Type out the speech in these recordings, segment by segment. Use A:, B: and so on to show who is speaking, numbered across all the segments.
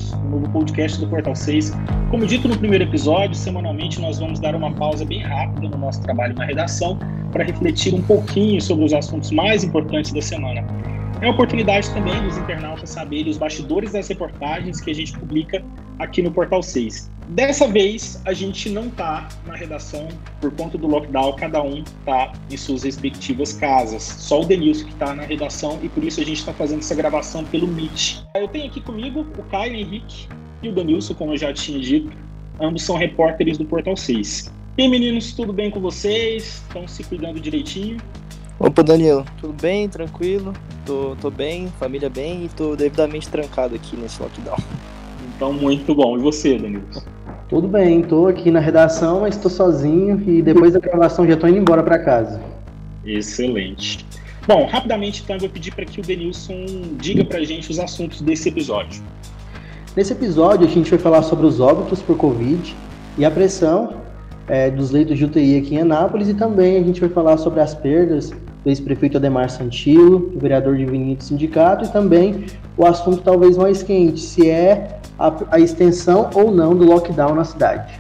A: News, o novo podcast do Portal 6. Como dito no primeiro episódio, semanalmente nós vamos dar uma pausa bem rápida no nosso trabalho na redação para refletir um pouquinho sobre os assuntos mais importantes da semana. É a oportunidade também dos internautas saberem os bastidores das reportagens que a gente publica aqui no Portal 6. Dessa vez, a gente não está na redação por conta do lockdown, cada um está em suas respectivas casas. Só o Denilson que está na redação e por isso a gente está fazendo essa gravação pelo Meet. Eu tenho aqui comigo o Caio Henrique e o Denilson, como eu já tinha dito. Ambos são repórteres do Portal 6. E aí, meninos, tudo bem com vocês? Estão se cuidando direitinho?
B: Opa, Danilo, tudo bem, tranquilo? Tô bem, família bem e tô devidamente trancado aqui nesse lockdown.
A: Então, muito bom. E você, Danilo?
C: Tudo bem, tô aqui na redação, mas tô sozinho e depois da gravação já tô indo embora para casa.
A: Excelente. Bom, rapidamente então eu vou pedir para que o Denilson diga pra gente os assuntos desse episódio.
C: Nesse episódio a gente vai falar sobre os óbitos por Covid e a pressão dos leitos de UTI aqui em Anápolis, e também a gente vai falar sobre as perdas do ex-prefeito Ademar Santillo, do vereador Divinito do sindicato, e também o assunto talvez mais quente, se é a extensão ou não do lockdown na cidade.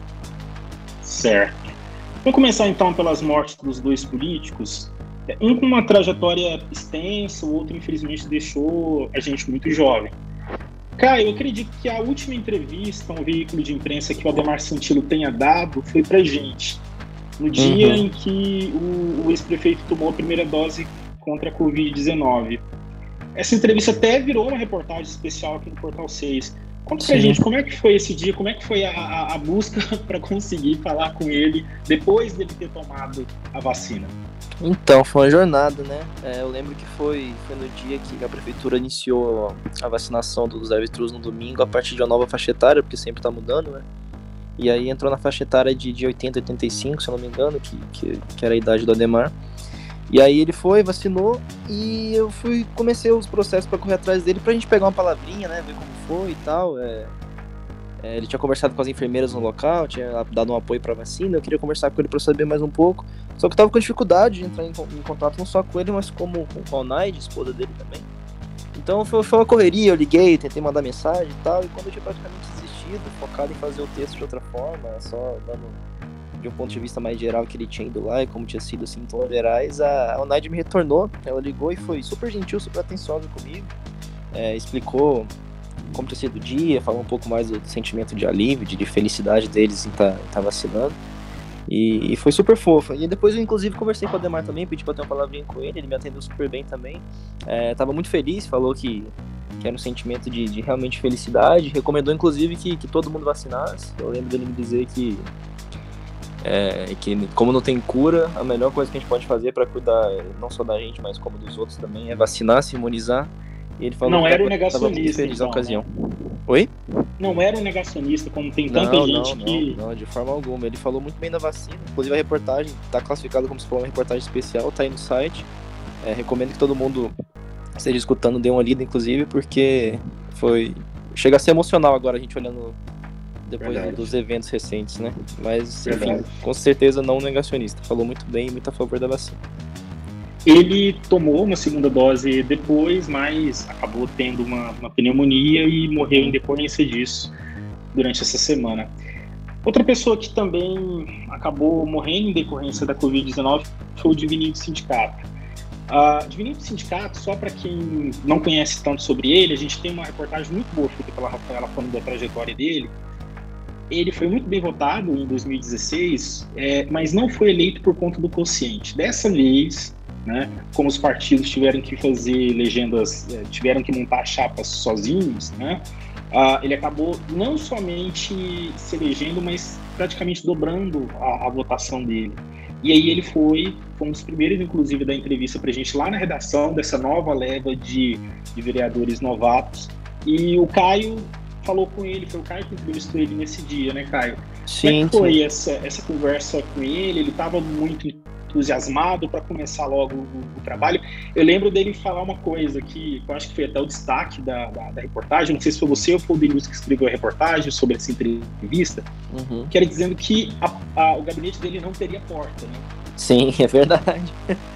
A: Certo. Vamos começar então pelas mortes dos dois políticos. Um com uma trajetória extensa, o outro infelizmente deixou a gente muito jovem. Caio, eu acredito que a última entrevista a um veículo de imprensa que o Ademar Santillo tenha dado foi pra gente, no dia em que o ex-prefeito tomou a primeira dose contra a Covid-19. Essa entrevista até virou uma reportagem especial aqui no Portal 6. Conta pra gente como é que foi esse dia, como é que foi a busca para conseguir falar com ele depois dele ter tomado a vacina.
B: Então, foi uma jornada, né? Eu lembro que foi no dia que a prefeitura iniciou a vacinação dos árbitros no domingo a partir de uma nova faixa etária, porque sempre tá mudando, né? E aí entrou na faixa etária de 80 a 85, se eu não me engano, que era a idade do Ademar. E aí ele foi, vacinou, e eu comecei os processos para correr atrás dele pra gente pegar uma palavrinha, né? Ver como foi e tal. Ele tinha conversado com as enfermeiras no local, tinha dado um apoio pra vacina, eu queria conversar com ele pra saber mais um pouco. Só que eu tava com dificuldade de entrar em contato não só com ele, mas com a Onaide, esposa dele também. Então foi uma correria, eu liguei, tentei mandar mensagem e tal, e quando eu tinha praticamente desistido, focado em fazer o texto de outra forma, só dando de um ponto de vista mais geral que ele tinha ido lá e como tinha sido assim, em tons gerais, a Onaide me retornou, ela ligou e foi super gentil, super atenciosa comigo, explicou como tinha sido o dia, falou um pouco mais do sentimento de alívio, de felicidade deles em tá vacinando. E foi super fofa. E depois eu inclusive conversei com o Ademar também, pedi pra ter uma palavrinha com ele me atendeu super bem também. Tava muito feliz, falou que era um sentimento de realmente felicidade, recomendou inclusive que todo mundo vacinasse. Eu lembro dele me dizer que como não tem cura, a melhor coisa que a gente pode fazer para cuidar não só da gente, mas como dos outros também, é vacinar, se imunizar. E ele falou
A: não
B: que
A: era um negacionista,
B: feliz
A: então,
B: na ocasião.
A: né?
B: Oi?
A: Não era um negacionista, como tem tanta gente que...
B: Não, de forma alguma. Ele falou muito bem da vacina. Inclusive a reportagem está classificada como se fosse uma reportagem especial, tá aí no site. Recomendo que todo mundo esteja escutando, dê uma lida, inclusive, porque chega a ser emocional agora a gente olhando depois dos eventos recentes, né? Mas, enfim, com certeza não negacionista. Falou muito bem e muito a favor da vacina.
A: Ele tomou uma segunda dose depois, mas acabou tendo uma pneumonia e morreu em decorrência disso durante essa semana. Outra pessoa que também acabou morrendo em decorrência da Covid-19 foi o Divinito do sindicato. Divinito do sindicato, só para quem não conhece tanto sobre ele, a gente tem uma reportagem muito boa feita pela Rafaela falando da trajetória dele. Ele foi muito bem votado em 2016, mas não foi eleito por conta do quociente. Dessa vez, né, como os partidos tiveram que fazer legendas, tiveram que montar chapas sozinhos, né, ele acabou não somente se elegendo, mas praticamente dobrando a votação dele. E aí ele foi um dos primeiros, inclusive, da entrevista pra gente lá na redação dessa nova leva de vereadores novatos. E o Caio falou com ele, foi o Caio que entrevistou ele nesse dia, né, Caio?
B: Sim,
A: como é que foi essa conversa com ele? Ele estava muito entusiasmado para começar logo o trabalho. Eu lembro dele falar uma coisa que eu acho que foi até o destaque da reportagem, não sei se foi você ou foi o Denilson que escreveu a reportagem sobre essa entrevista, que era dizendo que o gabinete dele não teria porta, né?
B: Sim, é verdade.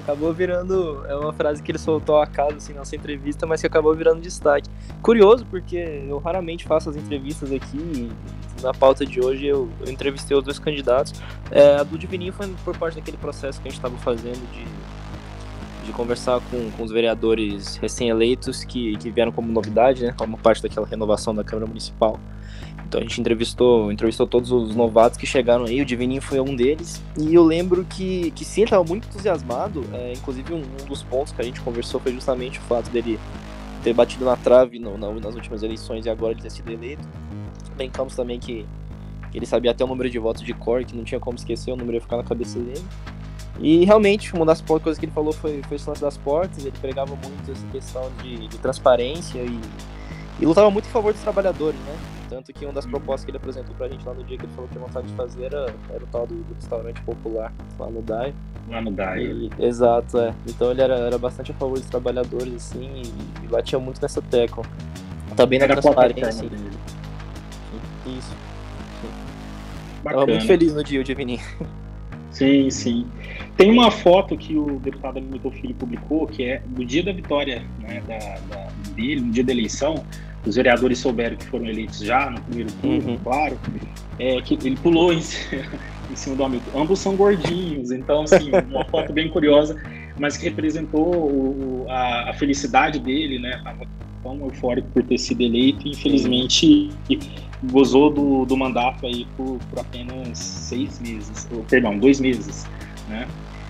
B: acabou virando, é uma frase que ele soltou ao acaso, assim, na nossa entrevista, mas que acabou virando destaque. Curioso, porque eu raramente faço as entrevistas aqui, e na pauta de hoje eu entrevistei os 2 candidatos. A do Divininho foi por parte daquele processo que a gente estava fazendo de conversar com os vereadores recém-eleitos que vieram como novidade, né, como parte daquela renovação da Câmara Municipal. Então a gente entrevistou todos os novatos que chegaram aí, o Divininho foi um deles, e eu lembro que sim, ele estava muito entusiasmado, inclusive um dos pontos que a gente conversou foi justamente o fato dele ter batido na trave nas últimas eleições e agora ele ter sido eleito. Brincamos também que ele sabia até o número de votos de cor, que não tinha como esquecer, o número ia ficar na cabeça dele. E realmente, uma das coisas que ele falou foi esse lance das portas, ele pregava muito essa questão de transparência e lutava muito em favor dos trabalhadores, né? Tanto que uma das propostas que ele apresentou pra gente lá no dia que ele falou que tinha vontade de fazer era o tal do restaurante popular lá no DAI.
A: Lá no DAI.
B: Exato, Então ele era bastante a favor dos trabalhadores, assim, e batia muito nessa tecla. Também na transparência. Isso. Tava muito feliz no dia, o Divininho.
A: Sim, sim. Tem uma foto que o deputado Hamilton Filho publicou, que é do dia da vitória, né, dele, no dia da eleição. Os vereadores souberam que foram eleitos já no primeiro turno, claro, que ele pulou em cima do Hamilton. Ambos são gordinhos, então, assim, uma foto bem curiosa, mas que representou a felicidade dele, né? Estava tão eufórico por ter sido eleito e, infelizmente, gozou do mandato aí por apenas 2 meses, né?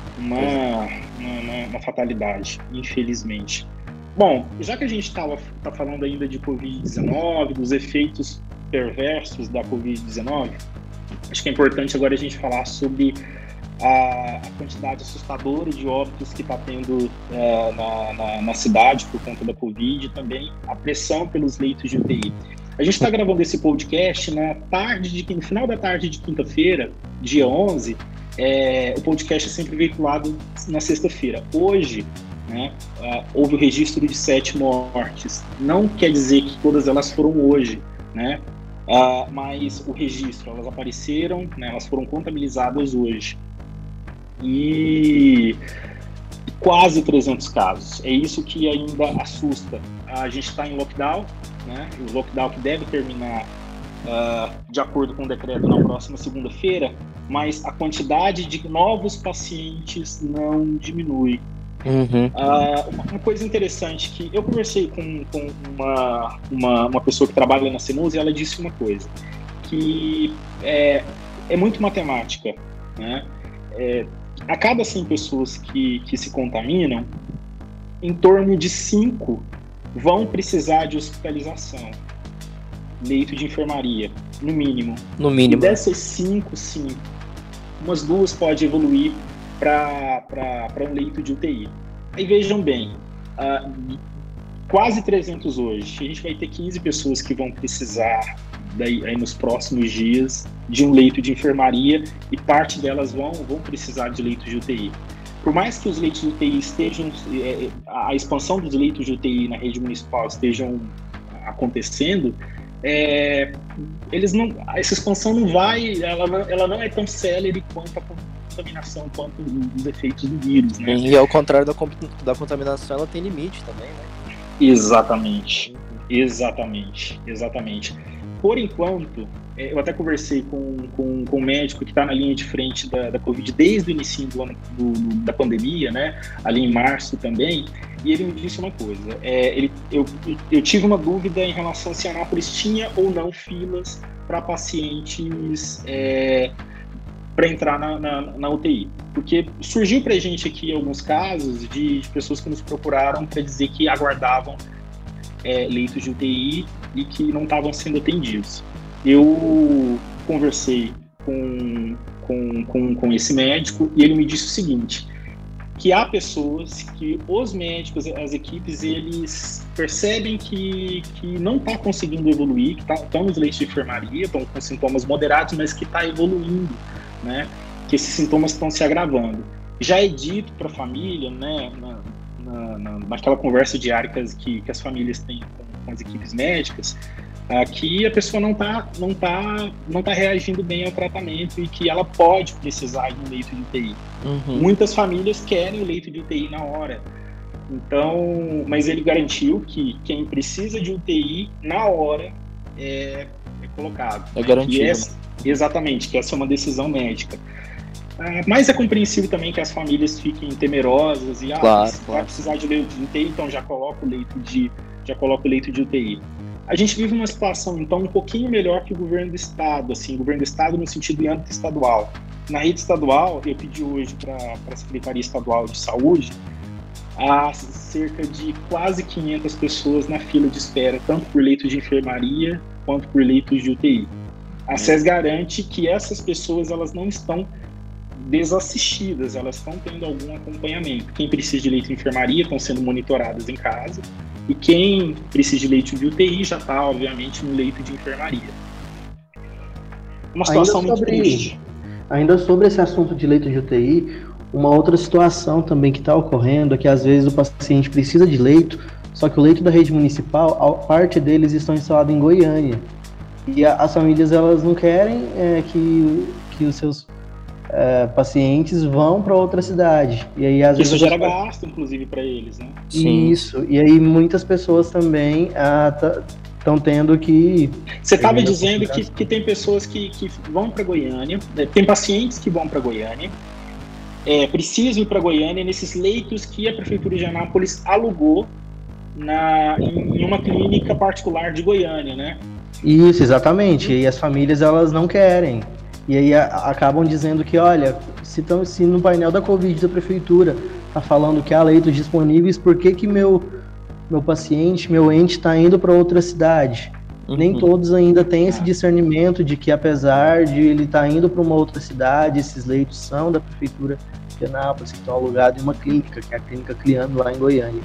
A: Uma fatalidade, infelizmente. Bom, já que a gente tá falando ainda de Covid-19, dos efeitos perversos da Covid-19, acho que é importante agora a gente falar sobre a quantidade assustadora de óbitos que está tendo na cidade por conta da Covid e também a pressão pelos leitos de UTI. A gente está gravando esse podcast no final da tarde de quinta-feira, dia 11, o podcast é sempre veiculado na sexta-feira. Hoje, né, houve o registro de 7 mortes. Não quer dizer que todas elas foram hoje, né? Mas o registro, elas apareceram, né, elas foram contabilizadas hoje. E quase 300 casos. É isso que ainda assusta. A gente está em lockdown, né? O lockdown que deve terminar de acordo com o decreto na próxima segunda-feira, mas a quantidade de novos pacientes não diminui. Uma coisa interessante que eu conversei com uma pessoa que trabalha na Semus e ela disse uma coisa, que é muito matemática, né? A cada 100 pessoas que se contaminam, em torno de 5 vão precisar de hospitalização, leito de enfermaria, no mínimo. E dessas 5, sim, umas 2 pode evoluir para um leito de UTI. Aí vejam bem, quase 300 hoje, a gente vai ter 15 pessoas que vão precisar aí nos próximos dias de um leito de enfermaria e parte delas vão precisar de leitos de UTI. Por mais que os leitos de UTI estejam, a expansão dos leitos de UTI na rede municipal estejam acontecendo, essa expansão não vai, ela não é tão célere quanto a contaminação, quanto os efeitos do vírus, né?
B: E ao contrário da contaminação, ela tem limite também, né?
A: Exatamente. Por enquanto, eu até conversei com um médico que está na linha de frente da Covid desde o início da pandemia, né? Ali em março também, e ele me disse uma coisa. Eu tive uma dúvida em relação a se Anápolis tinha ou não filas para pacientes para entrar na UTI. Porque surgiu para a gente aqui alguns casos de pessoas que nos procuraram para dizer que aguardavam leitos de UTI e que não estavam sendo atendidos. Eu conversei com esse médico e ele me disse o seguinte, que há pessoas que os médicos, as equipes, eles percebem que não está conseguindo evoluir, que estão nos leitos de enfermaria, estão com sintomas moderados, mas que está evoluindo, né? Que esses sintomas estão se agravando. Já é dito para a família, né, naquela conversa diária que as famílias têm com as equipes médicas, que a pessoa não tá reagindo bem ao tratamento e que ela pode precisar de um leito de UTI. Muitas famílias querem o leito de UTI na hora. Então, mas ele garantiu que quem precisa de UTI na hora é colocado.
B: É garantido.
A: Exatamente, que essa é uma decisão médica. Mas é compreensível também que as famílias fiquem temerosas e vai precisar de leito de UTI, então já coloca o leito de UTI. A gente vive uma situação, então, um pouquinho melhor que o governo do estado, assim, governo do estado no sentido de âmbito estadual. Na rede estadual, eu pedi hoje para a Secretaria Estadual de Saúde há cerca de quase 500 pessoas na fila de espera, tanto por leitos de enfermaria quanto por leitos de UTI. A SES garante que essas pessoas elas não estão desassistidas, elas estão tendo algum acompanhamento. Quem precisa de leito de enfermaria estão sendo monitoradas em casa e quem precisa de leito de UTI já está, obviamente, no leito de enfermaria. Uma situação muito triste.
C: Ainda sobre esse assunto de leito de UTI, uma outra situação também que está ocorrendo é que às vezes o paciente precisa de leito, só que o leito da rede municipal, parte deles estão instalados em Goiânia. E as famílias elas não querem que os seus pacientes vão para outra cidade. E aí, às vezes,
A: isso gera gasto, inclusive, para eles, né?
C: Sim. Isso. E aí muitas pessoas também estão tendo que...
A: Você estava dizendo que tem pessoas que vão para Goiânia, tem pacientes que vão para Goiânia, precisam ir para Goiânia nesses leitos que a Prefeitura de Anápolis alugou em uma clínica particular de Goiânia, né?
C: Isso, exatamente. E as famílias, elas não querem. E aí acabam dizendo que, olha, se no painel da Covid da Prefeitura está falando que há leitos disponíveis, por que meu paciente, meu ente está indo para outra cidade? Nem todos ainda têm esse discernimento de que, apesar de ele estar indo para uma outra cidade, esses leitos são da Prefeitura de Anápolis, que estão alugados em uma clínica, que é a Clínica Cliano, lá em Goiânia.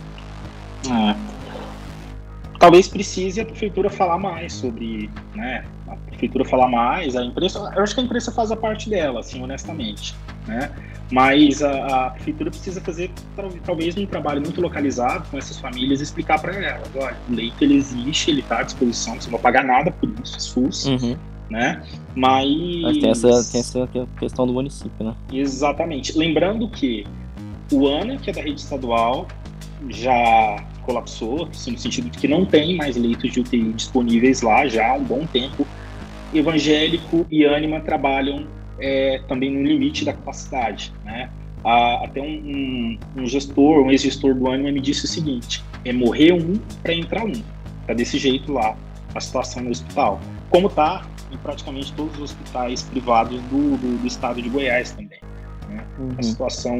A: Talvez precise a Prefeitura falar mais sobre, né? A Prefeitura falar mais, a imprensa... Eu acho que a imprensa faz a parte dela, assim, honestamente, né? Mas a Prefeitura precisa fazer, talvez, um trabalho muito localizado com essas famílias e explicar para elas, olha, o leito ele existe, ele está à disposição, você não vai pagar nada por isso, SUS, né? Mas
B: tem essa questão do município, né?
A: Exatamente. Lembrando que o ANA, que é da rede estadual, já colapsou, assim, no sentido de que não tem mais leitos de UTI disponíveis lá já há um bom tempo. Evangélico e Ânima trabalham também no limite da capacidade, né? Até um ex-gestor do Ânima me disse o seguinte: morrer um para entrar um. Tá desse jeito lá a situação no hospital, como tá em praticamente todos os hospitais privados do estado de Goiás também, né? A situação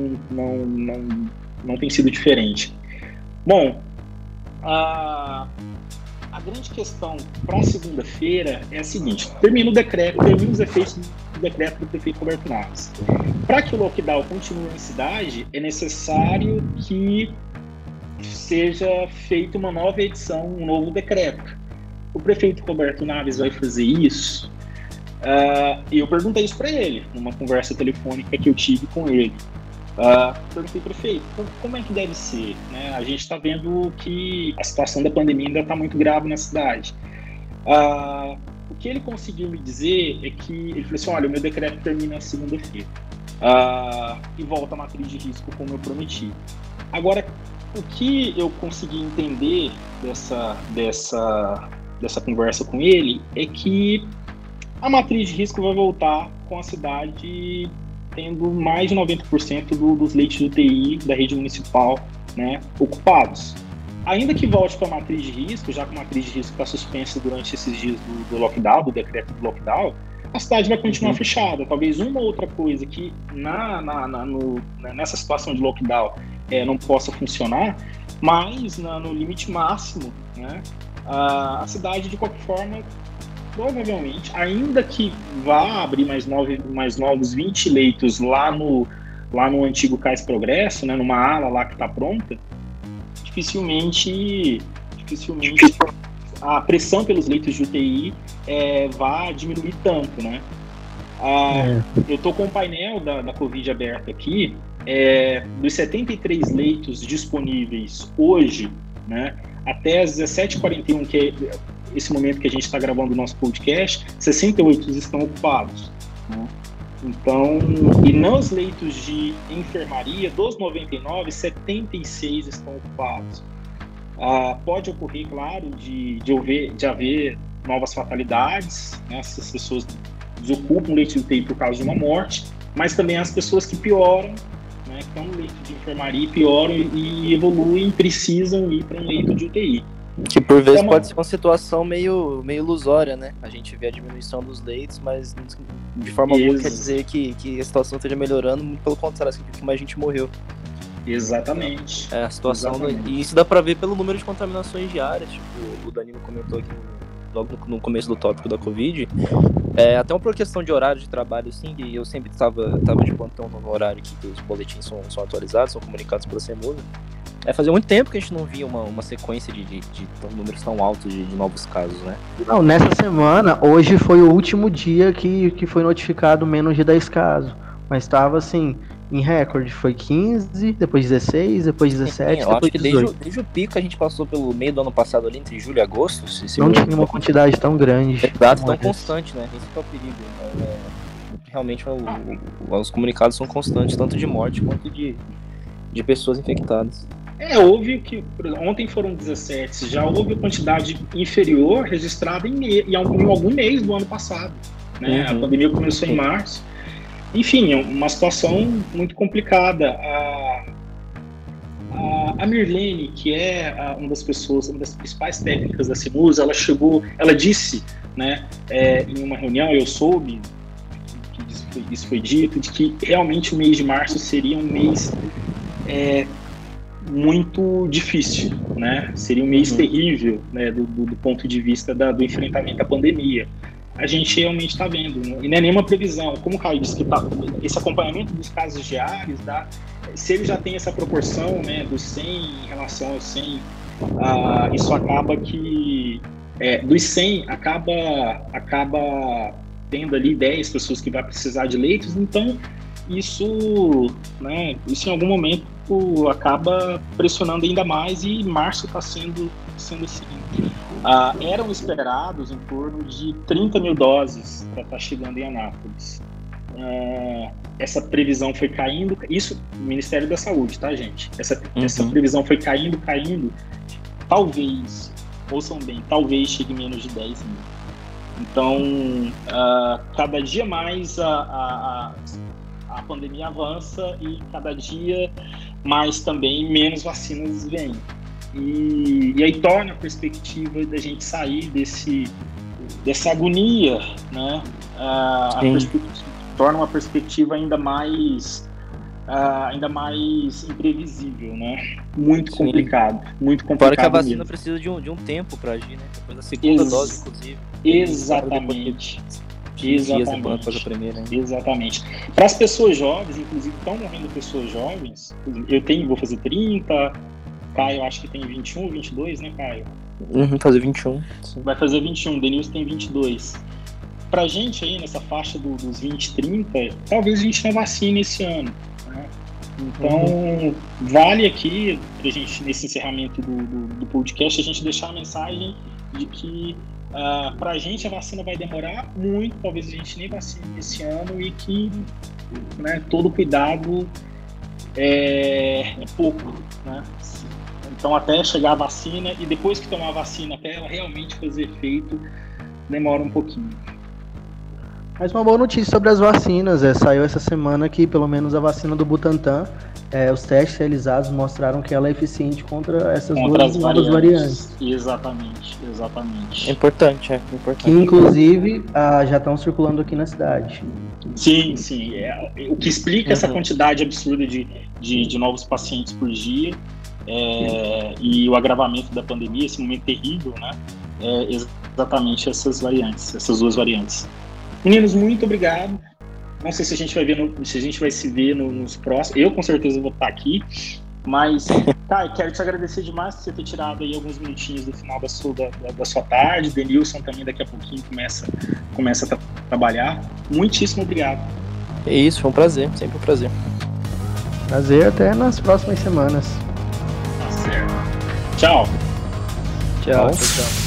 A: não tem sido diferente. Bom, a grande questão para segunda-feira é a seguinte: termina os efeitos do decreto do prefeito Roberto Naves. Para que o lockdown continue na cidade, é necessário que seja feita uma nova edição, um novo decreto. O prefeito Roberto Naves vai fazer isso? E eu perguntei isso para ele, numa conversa telefônica que eu tive com ele. Perguntei, prefeito, como é que deve ser, né? A gente está vendo que a situação da pandemia ainda está muito grave na cidade. O que ele conseguiu me dizer é que ele falou assim: olha, o meu decreto termina segunda-feira e volta a matriz de risco como eu prometi. Agora, o que eu consegui entender dessa conversa com ele é que a matriz de risco vai voltar com a cidade tendo mais de 90% dos leitos de UTI da rede municipal, né, ocupados. Ainda que volte para a matriz de risco, já que a matriz de risco está suspensa durante esses dias do lockdown, do decreto do lockdown, a cidade vai continuar fechada. Talvez uma outra coisa que nessa situação de lockdown não possa funcionar, mas no limite máximo, né, a cidade, de qualquer forma, provavelmente, ainda que vá abrir mais novos 20 leitos lá no antigo Cais Progresso, né, numa ala lá que está pronta, dificilmente a pressão pelos leitos de UTI vai diminuir tanto, né? Eu estou com o painel da Covid aberto aqui, dos 73 leitos disponíveis hoje, né, até as 17h41, esse momento que a gente está gravando o nosso podcast, 68 estão ocupados, né? Então, e nos leitos de enfermaria, dos 99, 76 estão ocupados. Pode ocorrer, claro, de haver novas fatalidades, né? Essas pessoas desocupam o leito de UTI por causa de uma morte, mas também as pessoas que pioram, né, que estão no leito de enfermaria, pioram e evoluem, precisam ir para um leito de UTI.
B: Que por vezes pode ser uma situação meio ilusória, né? A gente vê a diminuição dos leitos, mas de forma alguma quer dizer que a situação esteja melhorando, muito pelo contrário, significa que mais gente morreu.
A: Exatamente.
B: A situação, e isso dá pra ver pelo número de contaminações diárias, tipo, o Danilo comentou aqui logo no começo do tópico da Covid, até por questão de horário de trabalho, assim, que eu sempre tava de plantão no horário que os boletins são atualizados, são comunicados pela Semusa. Fazia muito tempo que a gente não via uma sequência de números tão altos de novos casos, né?
C: Não, nessa semana, hoje foi o último dia que foi notificado menos de 10 casos, mas estava assim, em recorde, foi 15, depois 16, depois 17,
B: eu
C: depois
B: acho que
C: 18.
B: Desde o pico que a gente passou pelo meio do ano passado ali, entre julho e agosto,
C: não tinha uma quantidade tão grande.
B: Exato, tão constante, né? Esse que é o perigo. Realmente os comunicados são constantes, tanto de morte quanto de pessoas infectadas.
A: Houve que ontem foram 17, já houve quantidade inferior registrada em algum mês do ano passado, né? A pandemia começou em março. Enfim, é uma situação muito complicada. A Mirlene, que é uma das principais técnicas da Semusa, ela disse, né, em uma reunião, eu soube que isso foi dito, de que realmente o mês de março seria um mês muito difícil, né? Seria um mês terrível, né, do ponto de vista do enfrentamento à pandemia. A gente realmente está vendo, né? E não é nenhuma previsão. Como o Caio disse, que esse acompanhamento dos casos diários, se ele já tem essa proporção, né, dos 100 em relação aos 100, isso acaba que dos 100 acaba tendo ali 10 pessoas que vai precisar de leitos. Então isso em algum momento acaba pressionando ainda mais, e março está sendo assim. Eram esperados em torno de 30 mil doses para estar chegando em Anápolis. Essa previsão foi caindo, isso no Ministério da Saúde, tá, gente? Essa previsão foi caindo, talvez, ouçam bem, talvez chegue menos de 10 mil. Então, cada dia mais a pandemia avança, e cada dia mais também menos vacinas vêm. E aí torna a perspectiva da gente sair dessa agonia, né? Torna uma perspectiva ainda mais imprevisível, né? Muito complicado, muito complicado.
B: Fora que a vacina
A: mesmo.
B: precisa de um tempo para agir, né? Depois da segunda dose, inclusive.
A: Exatamente.
B: Após a primeira, hein?
A: Exatamente. Para as pessoas jovens, inclusive, estão morrendo pessoas jovens. Vou fazer 30, Caio acho que tem 21, 22, né, Caio?
B: Fazer 21. Sim.
A: Vai fazer 21, Denilson tem 22. Pra gente aí, nessa faixa dos 20, 30, talvez a gente não vacine esse ano, né? Então, vale aqui, pra gente, nesse encerramento do podcast, a gente deixar a mensagem de que pra gente a vacina vai demorar muito, talvez a gente nem vacine esse ano, e que, né, todo cuidado é pouco, né? Então, até chegar a vacina, e depois que tomar a vacina, até ela realmente fazer efeito, demora um pouquinho.
C: Mas uma boa notícia sobre as vacinas, saiu essa semana que pelo menos a vacina do Butantan, os testes realizados mostraram que ela é eficiente contra essas duas novas variantes.
A: Exatamente.
B: É importante.
C: Que inclusive já estão circulando aqui na cidade.
A: Sim. O que explica essa quantidade absurda de novos pacientes por dia, e o agravamento da pandemia, esse momento terrível, né? Exatamente essas duas variantes. Meninos, muito obrigado. Não sei se a gente vai se ver nos próximos. Eu com certeza vou estar aqui. Mas, Caio, quero te agradecer demais por você ter tirado aí alguns minutinhos do final da sua tarde. Denilson também daqui a pouquinho começa a trabalhar. Muitíssimo obrigado.
B: É isso, foi um prazer, sempre um prazer.
C: Prazer, até nas próximas semanas.
A: Tá certo. Tchau.
B: Tchau.